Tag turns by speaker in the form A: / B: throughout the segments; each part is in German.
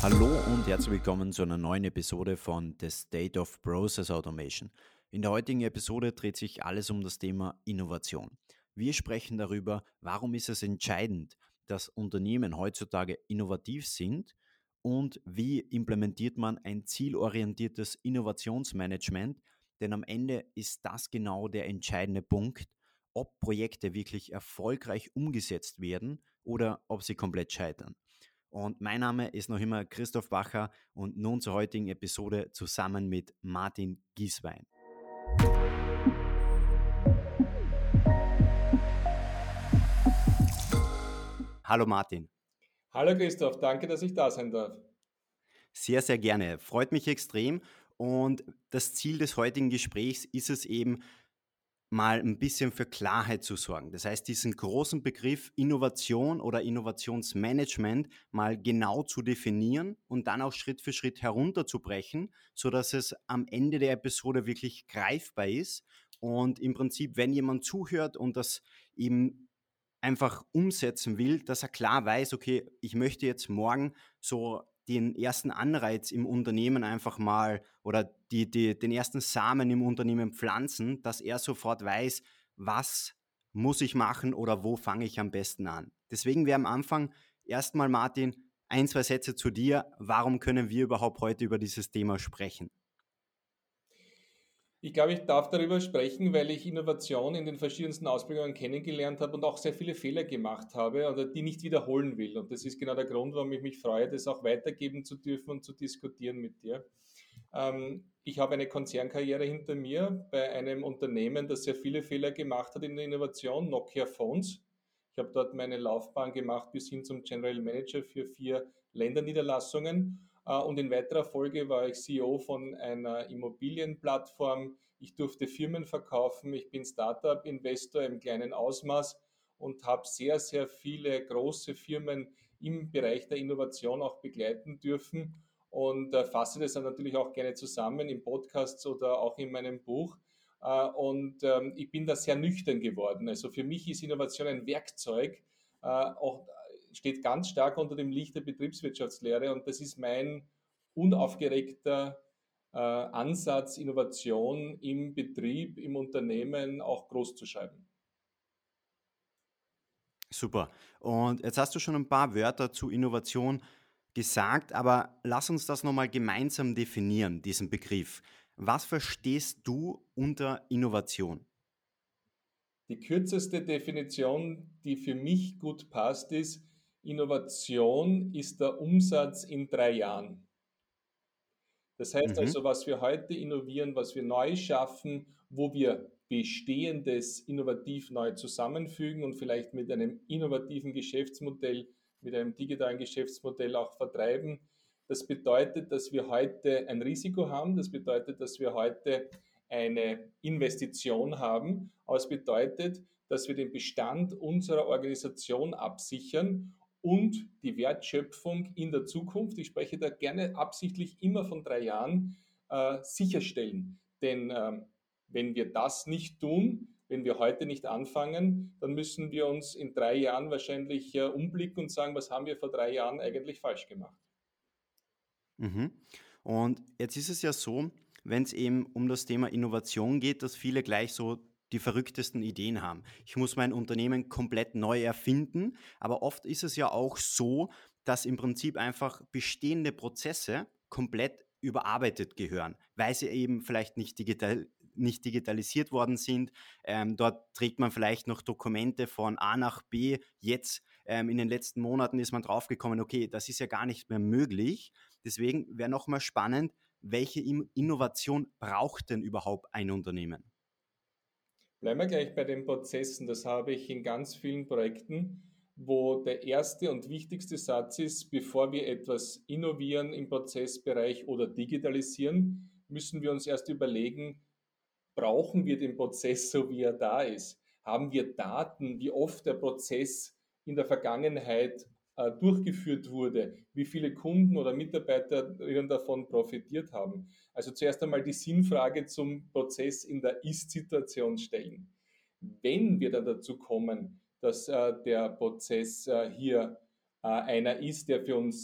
A: Hallo und herzlich willkommen zu einer neuen Episode von The State of Process Automation. In der heutigen Episode dreht sich alles um das Thema Innovation. Wir sprechen darüber, warum ist es entscheidend, dass Unternehmen heutzutage innovativ sind und wie implementiert man ein zielorientiertes Innovationsmanagement, denn am Ende ist das genau der entscheidende Punkt, ob Projekte wirklich erfolgreich umgesetzt werden oder ob sie komplett scheitern. Und mein Name ist noch immer Christoph Bacher und nun zur heutigen Episode zusammen mit Martin Gieswein. Hallo Martin.
B: Hallo Christoph, danke, dass ich da sein darf.
A: Sehr, sehr gerne. Freut mich extrem. Und das Ziel des heutigen Gesprächs ist es eben, mal ein bisschen für Klarheit zu sorgen. Das heißt, diesen großen Begriff Innovation oder Innovationsmanagement mal genau zu definieren und dann auch Schritt für Schritt herunterzubrechen, sodass es am Ende der Episode wirklich greifbar ist und im Prinzip, wenn jemand zuhört und das eben einfach umsetzen will, dass er klar weiß, okay, ich möchte jetzt morgen so den ersten Anreiz im Unternehmen einfach mal oder den ersten Samen im Unternehmen pflanzen, dass er sofort weiß, was muss ich machen oder wo fange ich am besten an. Deswegen wäre am Anfang erstmal, Martin, ein, zwei Sätze zu dir. Warum können wir überhaupt heute über dieses Thema sprechen?
B: Ich glaube, ich darf darüber sprechen, weil ich Innovation in den verschiedensten Ausprägungen kennengelernt habe und auch sehr viele Fehler gemacht habe oder die nicht wiederholen will. Und das ist genau der Grund, warum ich mich freue, das auch weitergeben zu dürfen und zu diskutieren mit dir. Ich habe eine Konzernkarriere hinter mir bei einem Unternehmen, das sehr viele Fehler gemacht hat in der Innovation, Nokia Phones. Ich habe dort meine Laufbahn gemacht bis hin zum General Manager für 4 Länderniederlassungen. Und in weiterer Folge war ich CEO von einer Immobilienplattform. Ich durfte Firmen verkaufen. Ich bin Startup-Investor im kleinen Ausmaß und habe sehr, sehr viele große Firmen im Bereich der Innovation auch begleiten dürfen und fasse das dann natürlich auch gerne zusammen in Podcasts oder auch in meinem Buch. Und ich bin da sehr nüchtern geworden. Also für mich ist Innovation ein Werkzeug, auch steht ganz stark unter dem Licht der Betriebswirtschaftslehre und das ist mein unaufgeregter Ansatz, Innovation im Betrieb, im Unternehmen auch groß zu schreiben.
A: Super. Und jetzt hast du schon ein paar Wörter zu Innovation gesagt, aber lass uns das nochmal gemeinsam definieren, diesen Begriff. Was verstehst du unter Innovation?
B: Die kürzeste Definition, die für mich gut passt, ist, Innovation ist der Umsatz in 3 Jahren. Das heißt
A: Mhm.
B: also, was wir heute innovieren, was wir neu schaffen, wo wir Bestehendes innovativ neu zusammenfügen und vielleicht mit einem innovativen Geschäftsmodell, mit einem digitalen Geschäftsmodell auch vertreiben. Das bedeutet, dass wir heute ein Risiko haben. Das bedeutet, dass wir heute eine Investition haben. Aber es bedeutet, dass wir den Bestand unserer Organisation absichern und die Wertschöpfung in der Zukunft, ich spreche da gerne absichtlich immer von 3 Jahren, sicherstellen. Denn wenn wir das nicht tun, wenn wir heute nicht anfangen, dann müssen wir uns in 3 Jahren wahrscheinlich umblicken und sagen, was haben wir vor 3 Jahren eigentlich falsch gemacht.
A: Mhm. Und jetzt ist es ja so, wenn es eben um das Thema Innovation geht, dass viele gleich so die verrücktesten Ideen haben. Ich muss mein Unternehmen komplett neu erfinden, aber oft ist es ja auch so, dass im Prinzip einfach bestehende Prozesse komplett überarbeitet gehören, weil sie eben vielleicht nicht digitalisiert worden sind. Dort trägt man vielleicht noch Dokumente von A nach B. Jetzt in den letzten Monaten ist man draufgekommen, okay, das ist ja gar nicht mehr möglich. Deswegen wäre nochmal spannend, welche Innovation braucht denn überhaupt ein Unternehmen?
B: Bleiben wir gleich bei den Prozessen. Das habe ich in ganz vielen Projekten, wo der erste und wichtigste Satz ist, bevor wir etwas innovieren im Prozessbereich oder digitalisieren, müssen wir uns erst überlegen, brauchen wir den Prozess so, wie er da ist? Haben wir Daten, wie oft der Prozess in der Vergangenheit durchgeführt wurde, wie viele Kunden oder Mitarbeiterinnen davon profitiert haben? Also zuerst einmal die Sinnfrage zum Prozess in der Ist-Situation stellen. Wenn wir dann dazu kommen, dass der Prozess hier einer ist, der für uns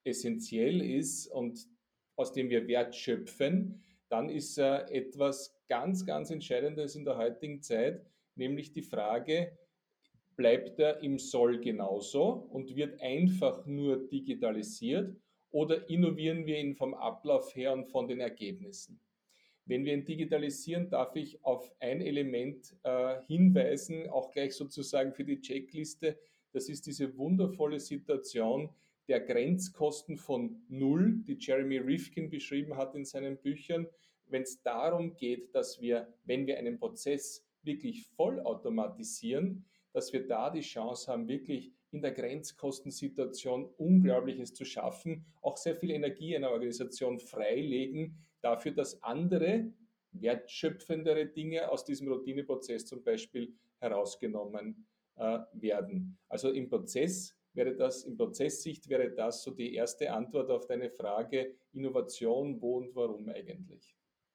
B: essentiell ist und aus dem wir Wert schöpfen, dann ist etwas ganz, ganz Entscheidendes in der heutigen Zeit, nämlich die Frage, bleibt er im Soll genauso und wird einfach nur digitalisiert oder innovieren wir ihn vom Ablauf her und von den Ergebnissen? Wenn wir ihn digitalisieren, darf ich auf ein Element hinweisen, auch gleich sozusagen für die Checkliste. Das ist diese wundervolle Situation der Grenzkosten von Null, die Jeremy Rifkin beschrieben hat in seinen Büchern. Wenn es darum geht, dass wir, wenn wir einen Prozess wirklich vollautomatisieren, dass wir da die Chance haben, wirklich in der Grenzkostensituation Unglaubliches zu schaffen, auch sehr viel Energie in der Organisation freilegen, dafür, dass andere wertschöpfendere Dinge aus diesem Routineprozess zum Beispiel herausgenommen werden. Also in Prozesssicht wäre das so die erste Antwort auf deine Frage, Innovation, wo und warum eigentlich?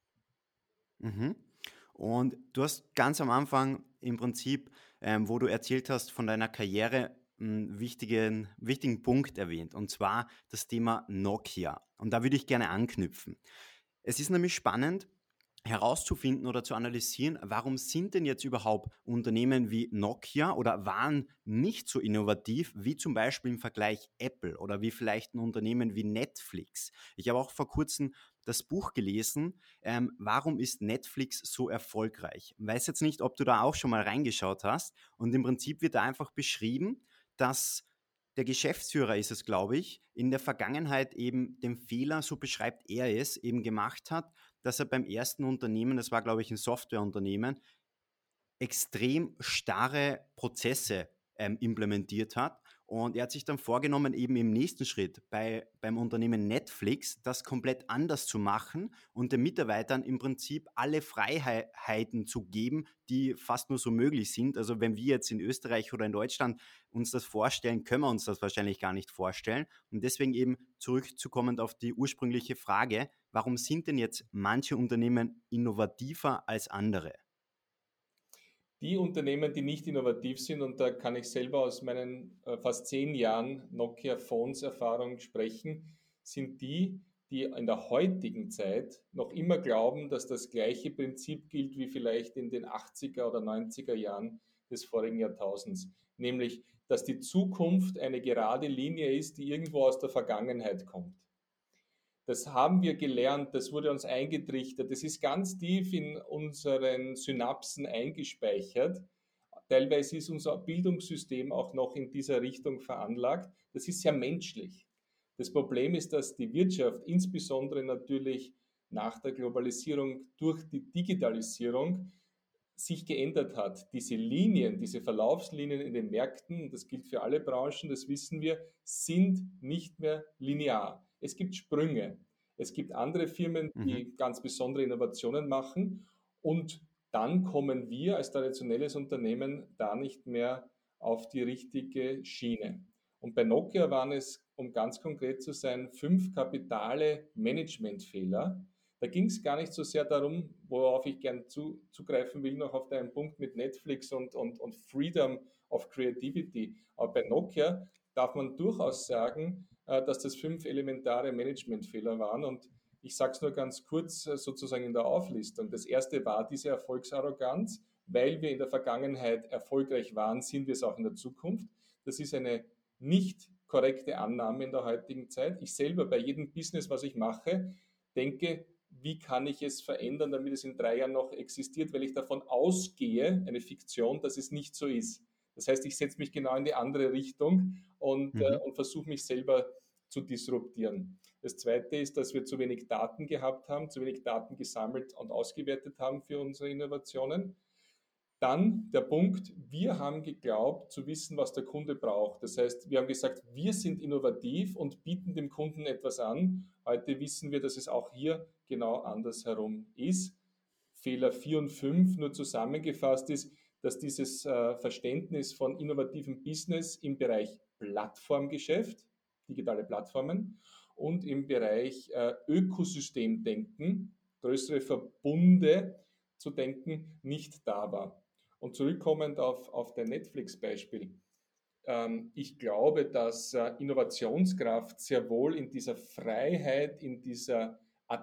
A: Mhm. Und du hast ganz am Anfang im Prinzip, wo du erzählt hast von deiner Karriere, einen wichtigen Punkt erwähnt, und zwar das Thema Nokia. Und da würde ich gerne anknüpfen. Es ist nämlich spannend herauszufinden oder zu analysieren, warum sind denn jetzt überhaupt Unternehmen wie Nokia oder waren nicht so innovativ wie zum Beispiel im Vergleich Apple oder wie vielleicht ein Unternehmen wie Netflix. Ich habe auch vor kurzem das Buch gelesen, warum ist Netflix so erfolgreich? Ich weiß jetzt nicht, ob du da auch schon mal reingeschaut hast, und im Prinzip wird da einfach beschrieben, dass der Geschäftsführer ist es, glaube ich, in der Vergangenheit eben den Fehler, so beschreibt er es, eben gemacht hat, dass er beim ersten Unternehmen, das war, glaube ich, ein Softwareunternehmen, extrem starre Prozesse implementiert hat. Und er hat sich dann vorgenommen, eben im nächsten Schritt beim Unternehmen Netflix das komplett anders zu machen und den Mitarbeitern im Prinzip alle Freiheiten zu geben, die fast nur so möglich sind. Also wenn wir jetzt in Österreich oder in Deutschland uns das vorstellen, können wir uns das wahrscheinlich gar nicht vorstellen. Und deswegen eben zurückzukommen auf die ursprüngliche Frage, warum sind denn jetzt manche Unternehmen innovativer als andere?
B: Die Unternehmen, die nicht innovativ sind, und da kann ich selber aus meinen fast 10 Jahren Nokia Phones Erfahrung sprechen, sind die, die in der heutigen Zeit noch immer glauben, dass das gleiche Prinzip gilt wie vielleicht in den 80er oder 90er Jahren des vorigen Jahrtausends. Nämlich, dass die Zukunft eine gerade Linie ist, die irgendwo aus der Vergangenheit kommt. Das haben wir gelernt, das wurde uns eingetrichtert, das ist ganz tief in unseren Synapsen eingespeichert. Teilweise ist unser Bildungssystem auch noch in dieser Richtung veranlagt. Das ist sehr menschlich. Das Problem ist, dass die Wirtschaft, insbesondere natürlich nach der Globalisierung durch die Digitalisierung, sich geändert hat. Diese Linien, diese Verlaufslinien in den Märkten, das gilt für alle Branchen, das wissen wir, sind nicht mehr linear. Es gibt Sprünge. Es gibt andere Firmen,
A: Mhm.
B: die ganz besondere Innovationen machen, und dann kommen wir als traditionelles Unternehmen da nicht mehr auf die richtige Schiene. Und bei Nokia waren es, um ganz konkret zu sein, 5 kapitale Managementfehler. Da ging es gar nicht so sehr darum, worauf ich gern zugreifen will, noch auf deinen Punkt mit Netflix und Freedom of Creativity. Aber bei Nokia darf man durchaus sagen, dass das 5 elementare Managementfehler waren. Und ich sage es nur ganz kurz sozusagen in der Auflistung. Das erste war diese Erfolgsarroganz. Weil wir in der Vergangenheit erfolgreich waren, sind wir es auch in der Zukunft. Das ist eine nicht korrekte Annahme in der heutigen Zeit. Ich selber bei jedem Business, was ich mache, denke, wie kann ich es verändern, damit es in 3 Jahren noch existiert, weil ich davon ausgehe, eine Fiktion, dass es nicht so ist. Das heißt, ich setze mich genau in die andere Richtung
A: Mhm.
B: und versuche mich selber zu disruptieren. Das Zweite ist, dass wir zu wenig Daten gehabt haben, zu wenig Daten gesammelt und ausgewertet haben für unsere Innovationen. Dann der Punkt, wir haben geglaubt zu wissen, was der Kunde braucht. Das heißt, wir haben gesagt, wir sind innovativ und bieten dem Kunden etwas an. Heute wissen wir, dass es auch hier genau andersherum ist. Fehler 4 und 5 nur zusammengefasst ist, dass dieses Verständnis von innovativem Business im Bereich Plattformgeschäft, digitale Plattformen, und im Bereich Ökosystemdenken, größere Verbunde zu denken, nicht da war. Und zurückkommend auf dein Netflix-Beispiel. Ich glaube, dass Innovationskraft sehr wohl in dieser Freiheit, in dieser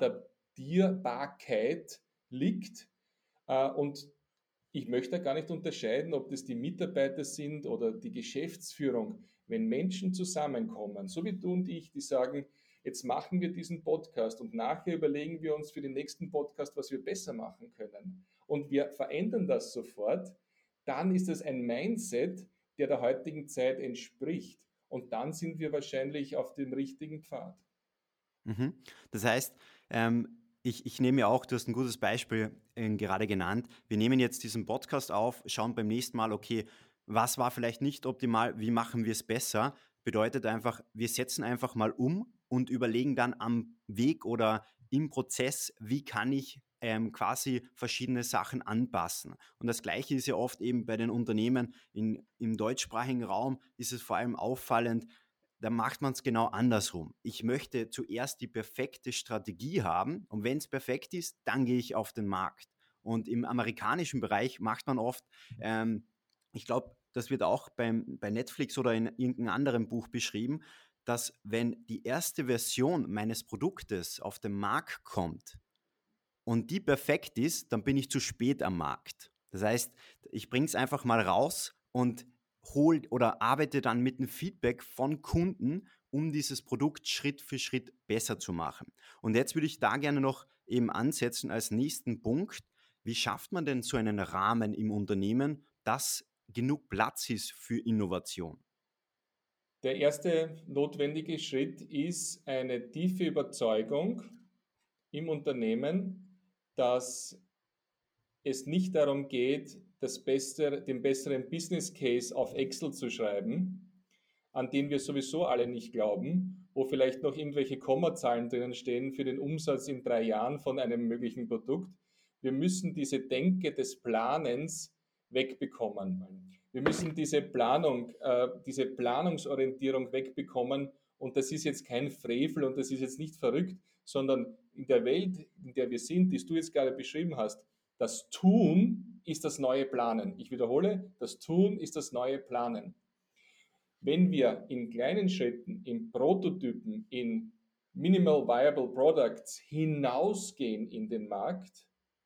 B: Adaptierbarkeit liegt. Und ich möchte gar nicht unterscheiden, ob das die Mitarbeiter sind oder die Geschäftsführung. Wenn Menschen zusammenkommen, so wie du und ich, die sagen, jetzt machen wir diesen Podcast und nachher überlegen wir uns für den nächsten Podcast, was wir besser machen können. Und wir verändern das sofort, dann ist es ein Mindset, der der heutigen Zeit entspricht. Und dann sind wir wahrscheinlich auf dem richtigen Pfad.
A: Mhm. Das heißt, ich nehme ja auch, du hast ein gutes Beispiel gerade genannt. Wir nehmen jetzt diesen Podcast auf, schauen beim nächsten Mal, okay, was war vielleicht nicht optimal, wie machen wir es besser? Bedeutet einfach, wir setzen einfach mal um und überlegen dann am Weg oder im Prozess, wie kann ich quasi verschiedene Sachen anpassen. Und das Gleiche ist ja oft eben bei den Unternehmen im deutschsprachigen Raum, ist es vor allem auffallend, da macht man es genau andersrum. Ich möchte zuerst die perfekte Strategie haben und wenn es perfekt ist, dann gehe ich auf den Markt. Und im amerikanischen Bereich macht man oft, ich glaube, das wird auch bei Netflix oder in irgendeinem anderen Buch beschrieben, dass wenn die erste Version meines Produktes auf den Markt kommt und die perfekt ist, dann bin ich zu spät am Markt. Das heißt, ich bringe es einfach mal raus und hol oder arbeite dann mit dem Feedback von Kunden, um dieses Produkt Schritt für Schritt besser zu machen. Und jetzt würde ich da gerne noch eben ansetzen als nächsten Punkt. Wie schafft man denn so einen Rahmen im Unternehmen, dass genug Platz ist für Innovation?
B: Der erste notwendige Schritt ist eine tiefe Überzeugung im Unternehmen, dass es nicht darum geht, den besseren Business Case auf Excel zu schreiben, an den wir sowieso alle nicht glauben, wo vielleicht noch irgendwelche Kommazahlen drinnen stehen für den Umsatz in 3 Jahren von einem möglichen Produkt. Wir müssen diese Denke des Planens wegbekommen. Wir müssen diese Planungsorientierung wegbekommen. Und das ist jetzt kein Frevel und das ist jetzt nicht verrückt, sondern in der Welt, in der wir sind, die du jetzt gerade beschrieben hast, das Tun ist das neue Planen. Ich wiederhole, das Tun ist das neue Planen. Wenn wir in kleinen Schritten, in Prototypen, in Minimal Viable Products hinausgehen in den Markt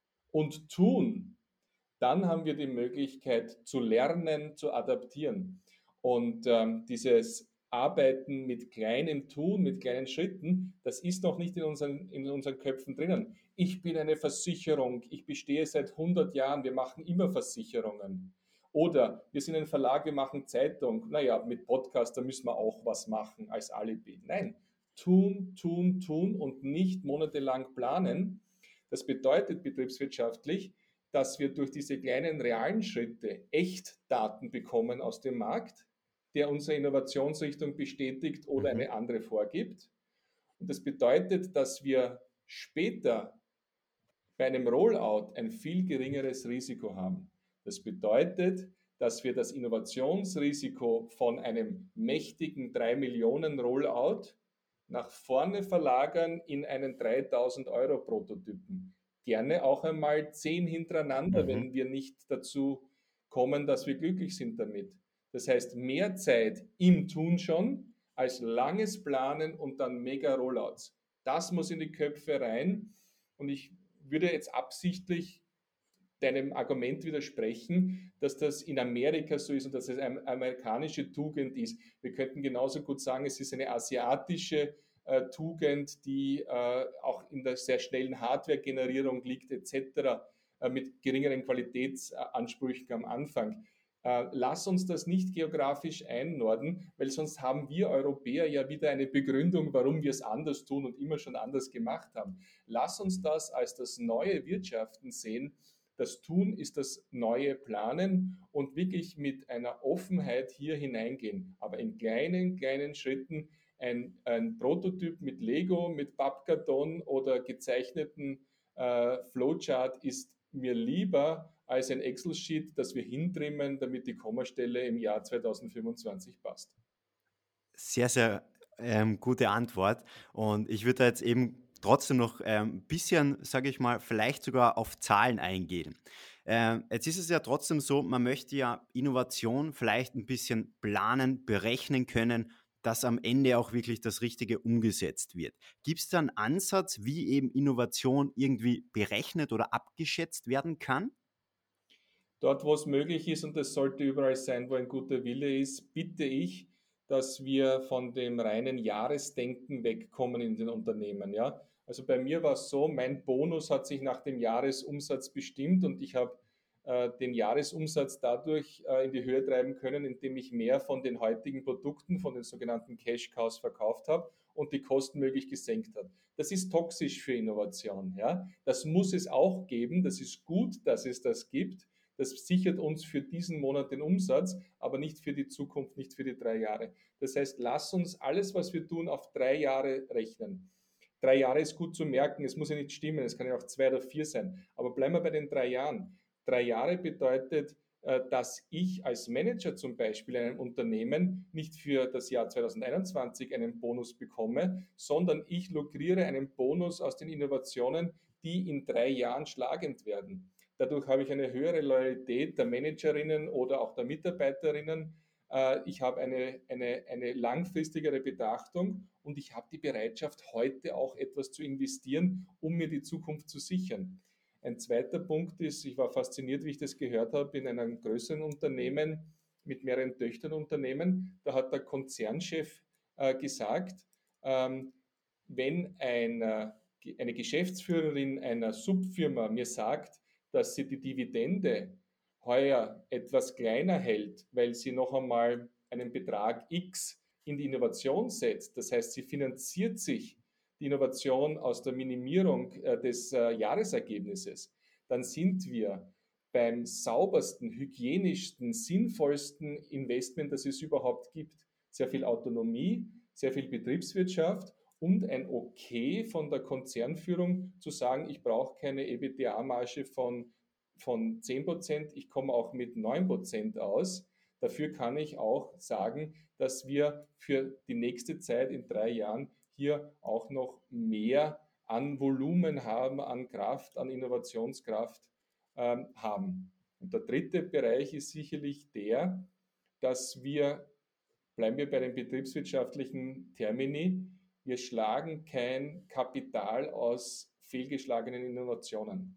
B: und tun, dann haben wir die Möglichkeit zu lernen, zu adaptieren. Und dieses Arbeiten mit kleinem Tun, mit kleinen Schritten, das ist noch nicht in unseren Köpfen drinnen. Ich bin eine Versicherung, ich bestehe seit 100 Jahren, wir machen immer Versicherungen. Oder wir sind ein Verlag, wir machen Zeitung. Naja, mit Podcast, da müssen wir auch was machen als Alibi. Nein, tun, tun, tun und nicht monatelang planen. Das bedeutet betriebswirtschaftlich, dass wir durch diese kleinen realen Schritte Echtdaten bekommen aus dem Markt, der unsere Innovationsrichtung bestätigt oder
A: Mhm.
B: eine andere vorgibt. Und das bedeutet, dass wir später bei einem Rollout ein viel geringeres Risiko haben. Das bedeutet, dass wir das Innovationsrisiko von einem mächtigen 3 Millionen Rollout nach vorne verlagern in einen 3.000 € Prototypen. Gerne auch einmal 10 hintereinander,
A: Mhm.
B: wenn wir nicht dazu kommen, dass wir glücklich sind damit. Das heißt, mehr Zeit im Tun schon als langes Planen und dann mega Rollouts. Das muss in die Köpfe rein. Und ich würde jetzt absichtlich deinem Argument widersprechen, dass das in Amerika so ist und dass es eine amerikanische Tugend ist. Wir könnten genauso gut sagen, es ist eine asiatische Tugend, die auch in der sehr schnellen Hardware-Generierung liegt, etc., mit geringeren Qualitätsansprüchen am Anfang. Lass uns das nicht geografisch einnorden, weil sonst haben wir Europäer ja wieder eine Begründung, warum wir es anders tun und immer schon anders gemacht haben. Lass uns das als das neue Wirtschaften sehen. Das Tun ist das neue Planen und wirklich mit einer Offenheit hier hineingehen, aber in kleinen, kleinen Schritten. Ein Prototyp mit Lego, mit Pappkarton oder gezeichneten Flowchart ist mir lieber als ein Excel-Sheet, das wir hintrimmen, damit die Kommastelle im Jahr 2025 passt.
A: Sehr, sehr gute Antwort. Und ich würde da jetzt eben trotzdem noch ein bisschen, sage ich mal, vielleicht sogar auf Zahlen eingehen. Jetzt ist es ja trotzdem so, man möchte ja Innovation vielleicht ein bisschen planen, berechnen können, dass am Ende auch wirklich das Richtige umgesetzt wird. Gibt es da einen Ansatz, wie eben Innovation irgendwie berechnet oder abgeschätzt werden kann?
B: Dort, wo es möglich ist, und das sollte überall sein, wo ein guter Wille ist, bitte ich, dass wir von dem reinen Jahresdenken wegkommen in den Unternehmen. Ja? Also bei mir war es so, mein Bonus hat sich nach dem Jahresumsatz bestimmt und ich habe den Jahresumsatz dadurch in die Höhe treiben können, indem ich mehr von den heutigen Produkten, von den sogenannten Cash Cows verkauft habe und die Kosten möglich gesenkt habe. Das ist toxisch für Innovation. Ja? Das muss es auch geben. Das ist gut, dass es das gibt. Das sichert uns für diesen Monat den Umsatz, aber nicht für die Zukunft, nicht für die 3 Jahre. Das heißt, lass uns alles, was wir tun, auf 3 Jahre rechnen. 3 Jahre ist gut zu merken, es muss ja nicht stimmen, es kann ja auch 2 oder 4 sein. Aber bleiben wir bei den 3 Jahren. 3 Jahre bedeutet, dass ich als Manager zum Beispiel in einem Unternehmen nicht für das Jahr 2021 einen Bonus bekomme, sondern ich lukriere einen Bonus aus den Innovationen, die in 3 Jahren schlagend werden. Dadurch habe ich eine höhere Loyalität der Managerinnen oder auch der Mitarbeiterinnen. Ich habe eine langfristigere Betrachtung und ich habe die Bereitschaft, heute auch etwas zu investieren, um mir die Zukunft zu sichern. Ein zweiter Punkt ist, ich war fasziniert, wie ich das gehört habe, in einem größeren Unternehmen mit mehreren Töchternunternehmen. Da hat der Konzernchef gesagt, ähm, wenn eine Geschäftsführerin einer Subfirma mir sagt, dass sie die Dividende heuer etwas kleiner hält, weil sie noch einmal einen Betrag X in die Innovation setzt. Das heißt, sie finanziert sich die Innovation aus der Minimierung des Jahresergebnisses. Dann sind wir beim saubersten, hygienischsten, sinnvollsten Investment, das es überhaupt gibt. Sehr viel Autonomie, sehr viel Betriebswirtschaft und ein Okay von der Konzernführung zu sagen, ich brauche keine EBITDA-Marge von 10%, ich komme auch mit 9% aus. Dafür kann ich auch sagen, dass wir für die nächste Zeit in 3 Jahren hier auch noch mehr an Volumen haben, an Kraft, an Innovationskraft haben. Und der dritte Bereich ist sicherlich der, dass wir, bleiben wir bei den betriebswirtschaftlichen Termini, wir schlagen kein Kapital aus fehlgeschlagenen Innovationen.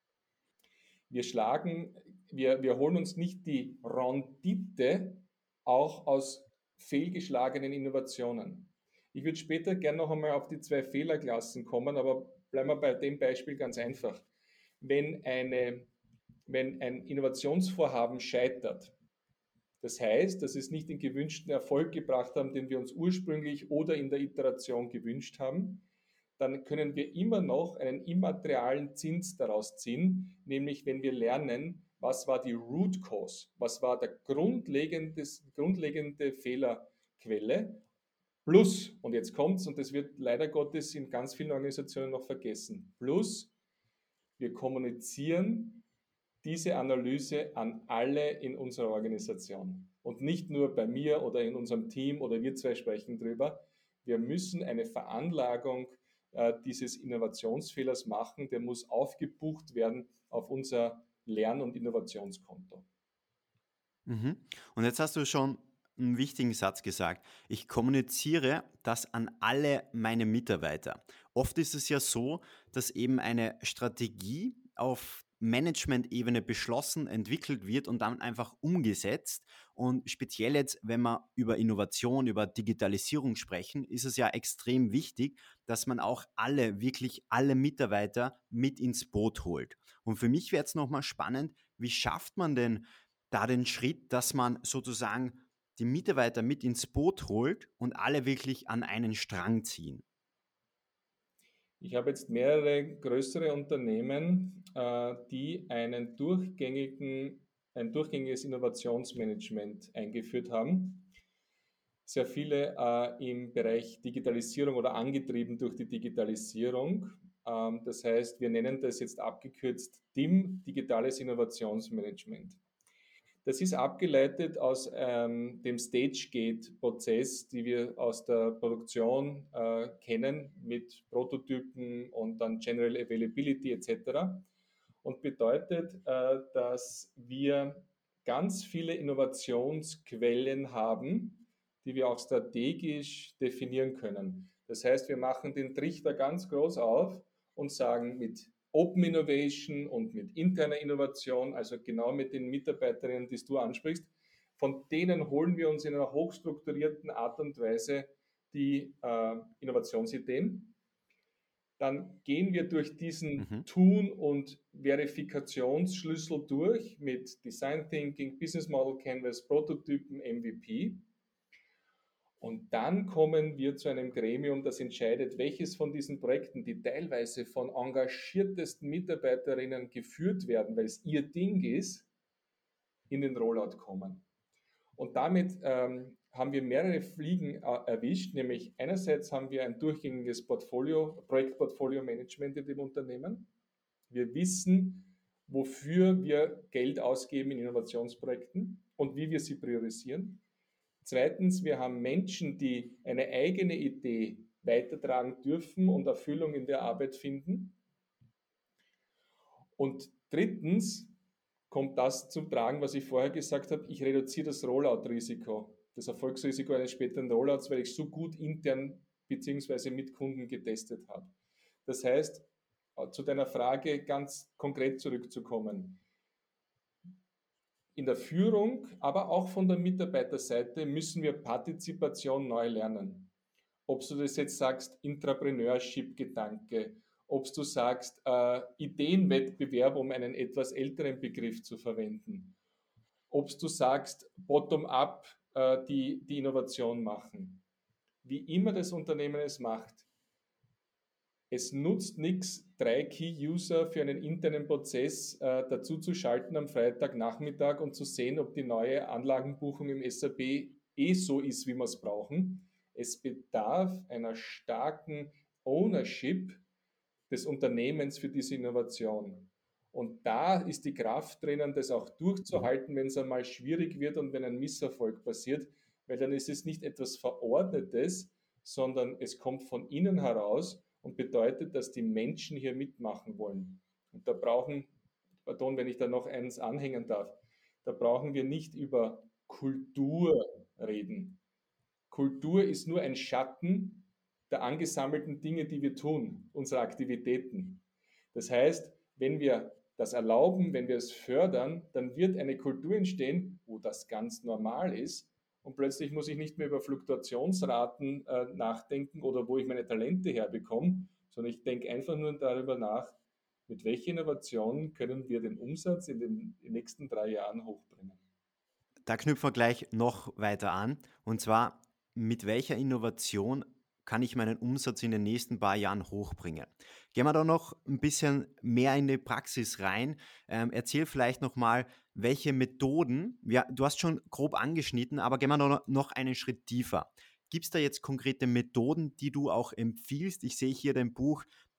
B: Wir schlagen, wir holen uns nicht die Rendite auch aus fehlgeschlagenen Innovationen. Ich würde später gerne noch einmal auf die 2 Fehlerklassen kommen, aber bleiben wir bei dem Beispiel ganz einfach. Wenn, wenn ein Innovationsvorhaben scheitert, das heißt, dass es nicht den gewünschten Erfolg gebracht haben, den wir uns ursprünglich oder in der Iteration gewünscht haben, dann können wir immer noch einen immaterialen Zins daraus ziehen, nämlich wenn wir lernen, was war die Root Cause, was war der grundlegende Fehlerquelle, plus, und jetzt kommt's, und das wird leider Gottes in ganz vielen Organisationen noch vergessen, plus wir kommunizieren diese Analyse an alle in unserer Organisation und nicht nur bei mir oder in unserem Team oder wir zwei sprechen drüber. Wir müssen eine Veranlagung dieses Innovationsfehlers machen, der muss aufgebucht werden auf unser Lern- und Innovationskonto.
A: Mhm. Und jetzt hast du schon einen wichtigen Satz gesagt. Ich kommuniziere das an alle meine Mitarbeiter. Oft ist es ja so, dass eben eine Strategie auf Management-Ebene beschlossen, entwickelt wird und dann einfach umgesetzt. Und speziell jetzt, wenn wir über Innovation, über Digitalisierung sprechen, ist es ja extrem wichtig, dass man auch alle, wirklich alle Mitarbeiter mit ins Boot holt. Und für mich wäre jetzt nochmal spannend, wie schafft man denn da den Schritt, dass man sozusagen die Mitarbeiter mit ins Boot holt und alle wirklich an einen Strang ziehen.
B: Ich habe jetzt mehrere größere Unternehmen, die ein durchgängiges Innovationsmanagement eingeführt haben. Sehr viele im Bereich Digitalisierung oder angetrieben durch die Digitalisierung. Das heißt, wir nennen das jetzt abgekürzt DIM, Digitales Innovationsmanagement. Das ist abgeleitet aus dem Stage-Gate-Prozess, die wir aus der Produktion kennen, mit Prototypen und dann General Availability etc. und bedeutet, dass wir ganz viele Innovationsquellen haben, die wir auch strategisch definieren können. Das heißt, wir machen den Trichter ganz groß auf und sagen, mit Open Innovation und mit interner Innovation, also genau mit den Mitarbeiterinnen, die du ansprichst, von denen holen wir uns in einer hochstrukturierten Art und Weise die Innovationsideen. Dann gehen wir durch diesen
A: Mhm.
B: Tun- und Verifikationsschlüssel durch mit Design Thinking, Business Model Canvas, Prototypen, MVP. Und dann kommen wir zu einem Gremium, das entscheidet, welches von diesen Projekten, die teilweise von engagiertesten Mitarbeiterinnen geführt werden, weil es ihr Ding ist, in den Rollout kommen. Und damit haben wir mehrere Fliegen erwischt, nämlich einerseits haben wir ein durchgängiges Projektportfolio-Management in dem Unternehmen. Wir wissen, wofür wir Geld ausgeben in Innovationsprojekten und wie wir sie priorisieren. Zweitens, wir haben Menschen, die eine eigene Idee weitertragen dürfen und Erfüllung in der Arbeit finden. Und drittens kommt das zum Tragen, was ich vorher gesagt habe. Ich reduziere das Rollout-Risiko, das Erfolgsrisiko eines späteren Rollouts, weil ich so gut intern bzw. mit Kunden getestet habe. Das heißt, zu deiner Frage ganz konkret zurückzukommen. In der Führung, aber auch von der Mitarbeiterseite müssen wir Partizipation neu lernen. Ob du das jetzt sagst, Intrapreneurship-Gedanke, ob du sagst, Ideenwettbewerb, um einen etwas älteren Begriff zu verwenden, ob du sagst, bottom-up die Innovation machen. Wie immer das Unternehmen es macht, es nutzt nichts, 3 Key-User für einen internen Prozess dazu zu schalten am Freitagnachmittag und zu sehen, ob die neue Anlagenbuchung im SAP so ist, wie wir es brauchen. Es bedarf einer starken Ownership des Unternehmens für diese Innovation. Und da ist die Kraft drinnen, das auch
A: Mhm.
B: durchzuhalten, wenn es einmal schwierig wird und wenn ein Misserfolg passiert, weil dann ist es nicht etwas Verordnetes, sondern es kommt von innen heraus und bedeutet, dass die Menschen hier mitmachen wollen. Und da brauchen, pardon, wenn ich da noch eins anhängen darf, da brauchen wir nicht über Kultur reden. Kultur ist nur ein Schatten der angesammelten Dinge, die wir tun, unserer Aktivitäten. Das heißt, wenn wir das erlauben, wenn wir es fördern, dann wird eine Kultur entstehen, wo das ganz normal ist und plötzlich muss ich nicht mehr über Fluktuationsraten nachdenken oder wo ich meine Talente herbekomme, sondern ich denke einfach nur darüber nach, mit welcher Innovation können wir den Umsatz in den nächsten 3 Jahren hochbringen.
A: Da knüpfen wir gleich noch weiter an. Und zwar, mit welcher Innovation kann ich meinen Umsatz in den nächsten paar Jahren hochbringen? Gehen wir da noch ein bisschen mehr in die Praxis rein. Erzähl vielleicht nochmal, welche Methoden, ja, du hast schon grob angeschnitten, aber gehen wir da noch einen Schritt tiefer. Gibt es da jetzt konkrete Methoden, die du auch empfiehlst? Ich sehe hier dein Buch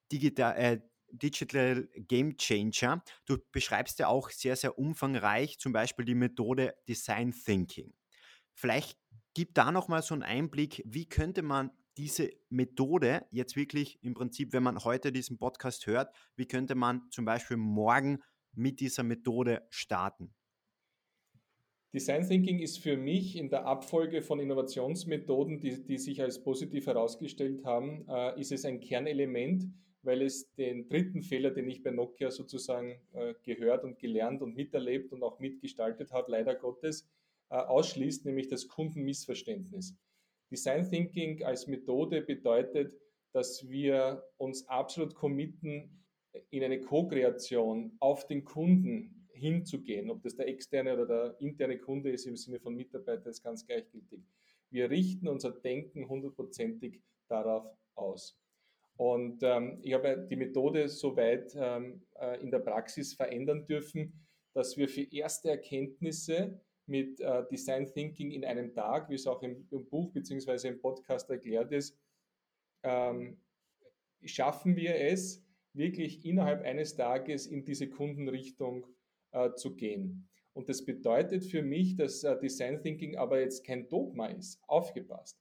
A: Digital Game Changer. Du beschreibst ja auch sehr, sehr umfangreich zum Beispiel die Methode Design Thinking. Vielleicht gib da nochmal so einen Einblick, wie könnte man diese Methode jetzt wirklich im Prinzip, wenn man heute diesen Podcast hört, wie könnte man zum Beispiel morgen mit dieser Methode starten?
B: Design Thinking ist für mich in der Abfolge von Innovationsmethoden, die sich als positiv herausgestellt haben, ist es ein Kernelement, weil es den dritten Fehler, den ich bei Nokia sozusagen gehört und gelernt und miterlebt und auch mitgestaltet habe, leider Gottes, ausschließt, nämlich das Kundenmissverständnis. Design Thinking als Methode bedeutet, dass wir uns absolut committen, in eine Co-Kreation auf den Kunden hinzugehen. Ob das der externe oder der interne Kunde ist, im Sinne von Mitarbeiter, ist ganz gleichgültig. Wir richten unser Denken hundertprozentig darauf aus. Und ich habe die Methode soweit in der Praxis verändern dürfen, dass wir für erste Erkenntnisse mit Design Thinking in einem Tag, wie es auch im Buch bzw. im Podcast erklärt ist, ähm, schaffen wir es, wirklich innerhalb eines Tages in diese Kundenrichtung zu gehen. Und das bedeutet für mich, dass Design Thinking aber jetzt kein Dogma ist. Aufgepasst.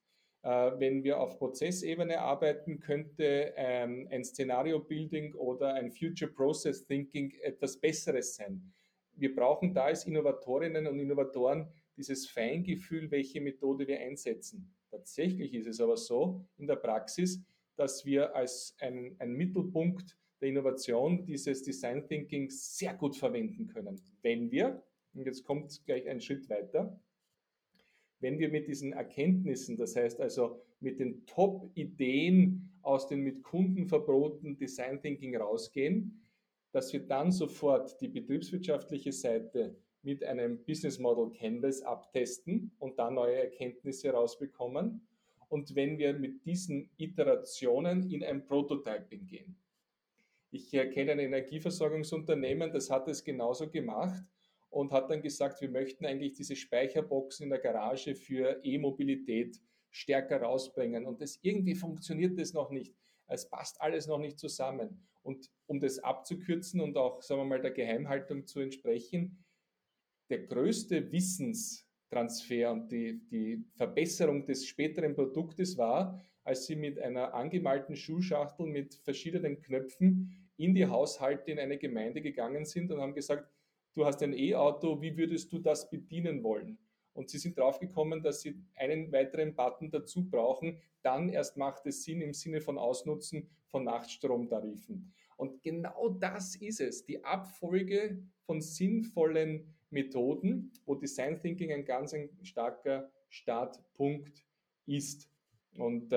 B: Wenn wir auf Prozessebene arbeiten, könnte ein Szenario-Building oder ein Future Process Thinking etwas Besseres sein. Wir brauchen da als Innovatorinnen und Innovatoren dieses Feingefühl, welche Methode wir einsetzen. Tatsächlich ist es aber so in der Praxis, dass wir als ein Mittelpunkt der Innovation dieses Design Thinking sehr gut verwenden können, wenn wir, und jetzt kommt gleich ein Schritt weiter, wenn wir mit diesen Erkenntnissen, das heißt also mit den Top-Ideen aus dem mit Kunden verbotenen Design Thinking rausgehen, dass wir dann sofort die betriebswirtschaftliche Seite mit einem Business Model Canvas abtesten und dann neue Erkenntnisse rausbekommen. Und wenn wir mit diesen Iterationen in ein Prototyping gehen. Ich kenne ein Energieversorgungsunternehmen, das hat es genauso gemacht und hat dann gesagt, wir möchten eigentlich diese Speicherboxen in der Garage für E-Mobilität stärker rausbringen. Und das irgendwie funktioniert das noch nicht. Es passt alles noch nicht zusammen. Und um das abzukürzen und auch, sagen wir mal, der Geheimhaltung zu entsprechen, der größte Wissenstransfer und die Verbesserung des späteren Produktes war, als sie mit einer angemalten Schuhschachtel mit verschiedenen Knöpfen in die Haushalte in eine Gemeinde gegangen sind und haben gesagt, du hast ein E-Auto, wie würdest du das bedienen wollen? Und sie sind draufgekommen, dass sie einen weiteren Button dazu brauchen. Dann erst macht es Sinn im Sinne von Ausnutzen von Nachtstromtarifen. Und genau das ist es, die Abfolge von sinnvollen Methoden, wo Design Thinking ein starker Startpunkt ist. Und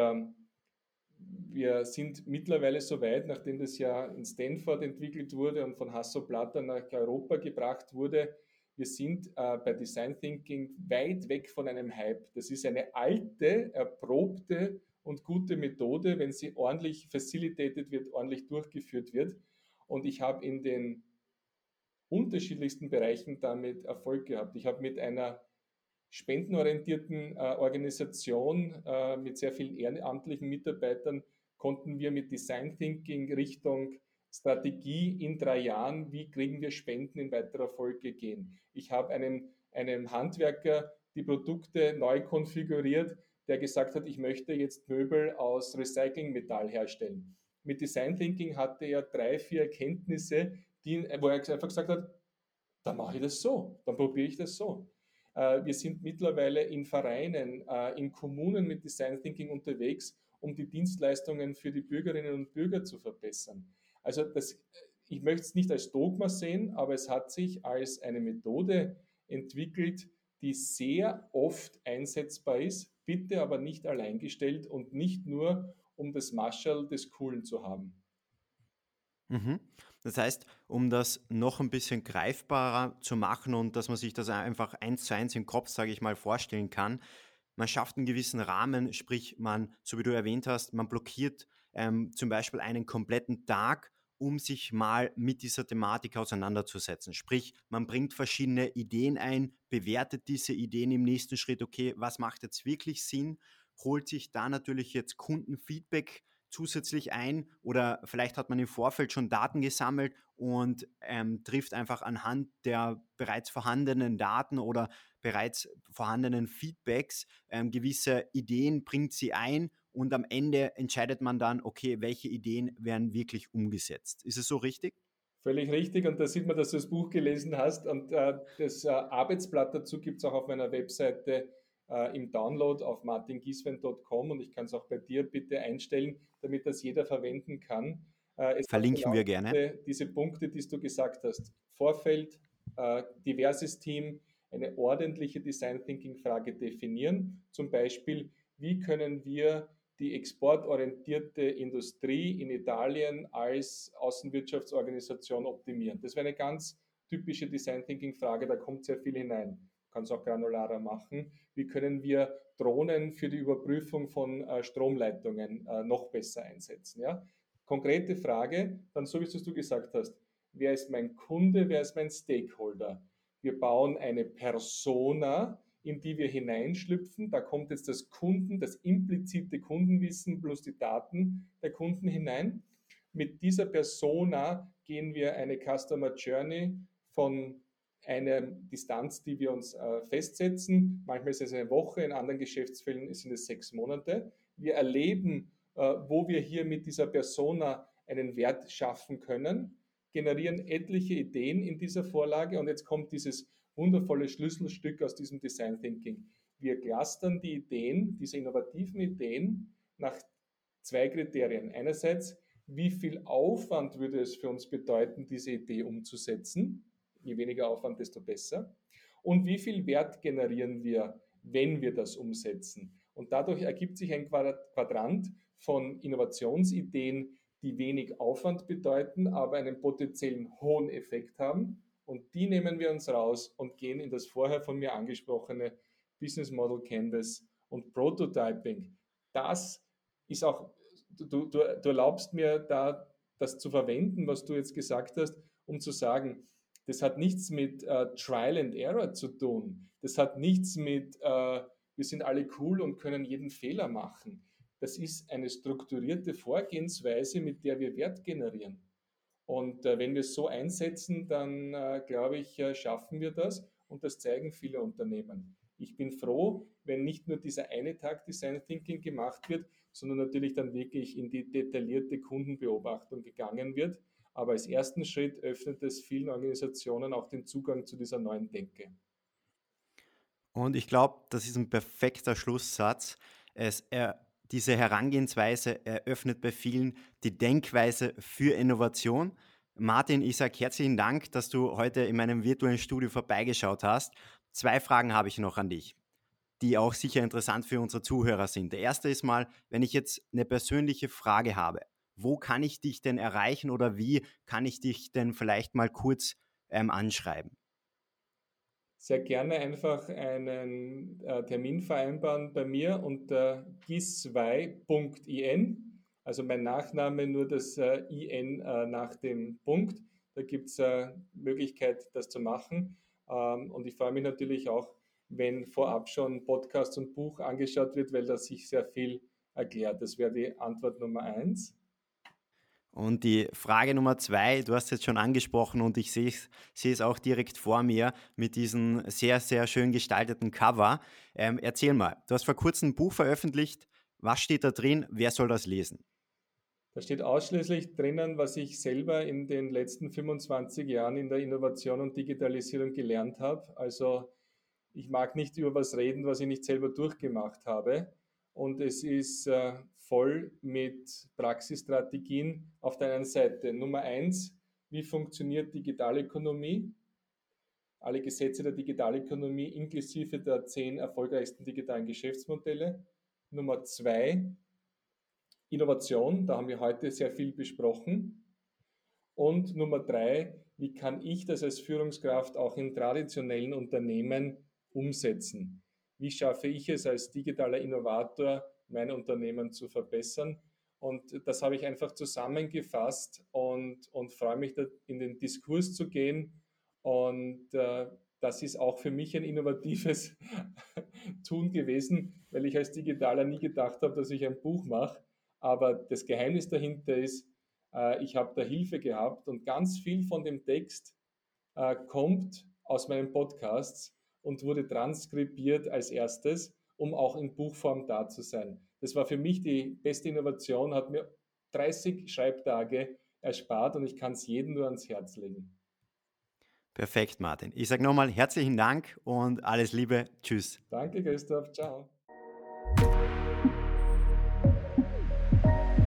B: wir sind mittlerweile so weit, nachdem das ja in Stanford entwickelt wurde und von Hasso-Plattner nach Europa gebracht wurde, wir sind bei Design Thinking weit weg von einem Hype. Das ist eine alte, erprobte und gute Methode, wenn sie ordentlich facilitated wird, ordentlich durchgeführt wird. Und ich habe in den unterschiedlichsten Bereichen damit Erfolg gehabt. Ich habe mit einer spendenorientierten Organisation mit sehr vielen ehrenamtlichen Mitarbeitern konnten wir mit Design Thinking Richtung Strategie in 3 Jahren, wie kriegen wir Spenden in weiterer Folge gehen. Ich habe einem Handwerker die Produkte neu konfiguriert, der gesagt hat, ich möchte jetzt Möbel aus Recyclingmetall herstellen. Mit Design Thinking hatte er 3, 4 Erkenntnisse, wo er einfach gesagt hat, dann mache ich das so, dann probiere ich das so. Wir sind mittlerweile in Vereinen, in Kommunen mit Design Thinking unterwegs, um die Dienstleistungen für die Bürgerinnen und Bürger zu verbessern. Also ich möchte es nicht als Dogma sehen, aber es hat sich als eine Methode entwickelt, die sehr oft einsetzbar ist, bitte aber nicht alleingestellt und nicht nur, um das Marschall des Coolen zu haben.
A: Mhm. Das heißt, um das noch ein bisschen greifbarer zu machen und dass man sich das einfach 1:1 im Kopf, sage ich mal, vorstellen kann, man schafft einen gewissen Rahmen, sprich man, so wie du erwähnt hast, man blockiert zum Beispiel einen kompletten Tag, um sich mal mit dieser Thematik auseinanderzusetzen. Sprich, man bringt verschiedene Ideen ein, bewertet diese Ideen im nächsten Schritt, okay, was macht jetzt wirklich Sinn, holt sich da natürlich jetzt Kundenfeedback zusätzlich ein oder vielleicht hat man im Vorfeld schon Daten gesammelt und trifft einfach anhand der bereits vorhandenen Daten oder bereits vorhandenen Feedbacks gewisse Ideen, bringt sie ein und am Ende entscheidet man dann, okay, welche Ideen werden wirklich umgesetzt. Ist es so richtig?
B: Völlig richtig, und da sieht man, dass du das Buch gelesen hast, und das Arbeitsblatt dazu gibt es auch auf meiner Webseite im Download auf martingieswen.com, und ich kann es auch bei dir bitte einstellen, damit das jeder verwenden kann. Es hat
A: Verlinken
B: genau
A: wir gerne.
B: diese Punkte, die du gesagt hast. Vorfeld, diverses Team, eine ordentliche Design Thinking Frage definieren. Zum Beispiel, wie können wir die exportorientierte Industrie in Italien als Außenwirtschaftsorganisation optimieren? Das wäre eine ganz typische Design Thinking Frage, da kommt sehr viel hinein. Du kannst auch granularer machen. Wie können wir Drohnen für die Überprüfung von Stromleitungen noch besser einsetzen? Ja? Konkrete Frage, dann so wie es du gesagt hast, wer ist mein Kunde, wer ist mein Stakeholder? Wir bauen eine Persona, in die wir hineinschlüpfen. Da kommt jetzt das implizite Kundenwissen plus die Daten der Kunden hinein. Mit dieser Persona gehen wir eine Customer Journey von eine Distanz, die wir uns festsetzen. Manchmal ist es eine Woche, in anderen Geschäftsfällen sind es 6 Monate. Wir erleben, wo wir hier mit dieser Persona einen Wert schaffen können, generieren etliche Ideen in dieser Vorlage und jetzt kommt dieses wundervolle Schlüsselstück aus diesem Design Thinking. Wir clustern die Ideen, diese innovativen Ideen, nach 2 Kriterien. Einerseits, wie viel Aufwand würde es für uns bedeuten, diese Idee umzusetzen? Je weniger Aufwand, desto besser. Und wie viel Wert generieren wir, wenn wir das umsetzen? Und dadurch ergibt sich ein Quadrant von Innovationsideen, die wenig Aufwand bedeuten, aber einen potenziellen hohen Effekt haben. Und die nehmen wir uns raus und gehen in das vorher von mir angesprochene Business Model Canvas und Prototyping. Das ist auch, du erlaubst mir da das zu verwenden, was du jetzt gesagt hast, um zu sagen, das hat nichts mit Trial and Error zu tun. Das hat nichts mit, wir sind alle cool und können jeden Fehler machen. Das ist eine strukturierte Vorgehensweise, mit der wir Wert generieren. Und wenn wir es so einsetzen, dann glaube ich, schaffen wir das und das zeigen viele Unternehmen. Ich bin froh, wenn nicht nur dieser eine Tag Design Thinking gemacht wird, sondern natürlich dann wirklich in die detaillierte Kundenbeobachtung gegangen wird. Aber als ersten Schritt öffnet es vielen Organisationen auch den Zugang zu dieser neuen Denke.
A: Und ich glaube, das ist ein perfekter Schlusssatz. Diese Herangehensweise eröffnet bei vielen die Denkweise für Innovation. Martin, ich sage herzlichen Dank, dass du heute in meinem virtuellen Studio vorbeigeschaut hast. 2 Fragen habe ich noch an dich, die auch sicher interessant für unsere Zuhörer sind. Der erste ist mal, wenn ich jetzt eine persönliche Frage habe, wo kann ich dich denn erreichen oder wie kann ich dich denn vielleicht mal kurz anschreiben?
B: Sehr gerne einfach einen Termin vereinbaren bei mir unter gis2.in, also mein Nachname, nur das IN nach dem Punkt. Da gibt es Möglichkeit, das zu machen. Und ich freue mich natürlich auch, wenn vorab schon Podcast und Buch angeschaut wird, weil das sich sehr viel erklärt. Das wäre die Antwort Nummer 1.
A: Und die Frage Nummer 2, du hast es jetzt schon angesprochen und ich sehe es auch direkt vor mir mit diesem sehr, sehr schön gestalteten Cover. Erzähl mal, du hast vor kurzem ein Buch veröffentlicht. Was steht da drin? Wer soll das lesen?
B: Da steht ausschließlich drinnen, was ich selber in den letzten 25 Jahren in der Innovation und Digitalisierung gelernt habe. Also ich mag nicht über was reden, was ich nicht selber durchgemacht habe. Und es ist voll mit Praxisstrategien auf der einen Seite. Nummer 1, wie funktioniert Digitalökonomie? Alle Gesetze der Digitalökonomie inklusive der 10 erfolgreichsten digitalen Geschäftsmodelle. Nummer 2, Innovation, da haben wir heute sehr viel besprochen. Und Nummer 3, wie kann ich das als Führungskraft auch in traditionellen Unternehmen umsetzen? Wie schaffe ich es als digitaler Innovator, mein Unternehmen zu verbessern? Und das habe ich einfach zusammengefasst und freue mich, da in den Diskurs zu gehen. Und das ist auch für mich ein innovatives Tun gewesen, weil ich als Digitaler nie gedacht habe, dass ich ein Buch mache. Aber das Geheimnis dahinter ist, ich habe da Hilfe gehabt und ganz viel von dem Text kommt aus meinen Podcasts und wurde transkribiert als erstes, um auch in Buchform da zu sein. Das war für mich die beste Innovation, hat mir 30 Schreibtage erspart und ich kann es jedem nur ans Herz legen.
A: Perfekt, Martin. Ich sage nochmal herzlichen Dank und alles Liebe. Tschüss.
B: Danke, Christoph. Ciao.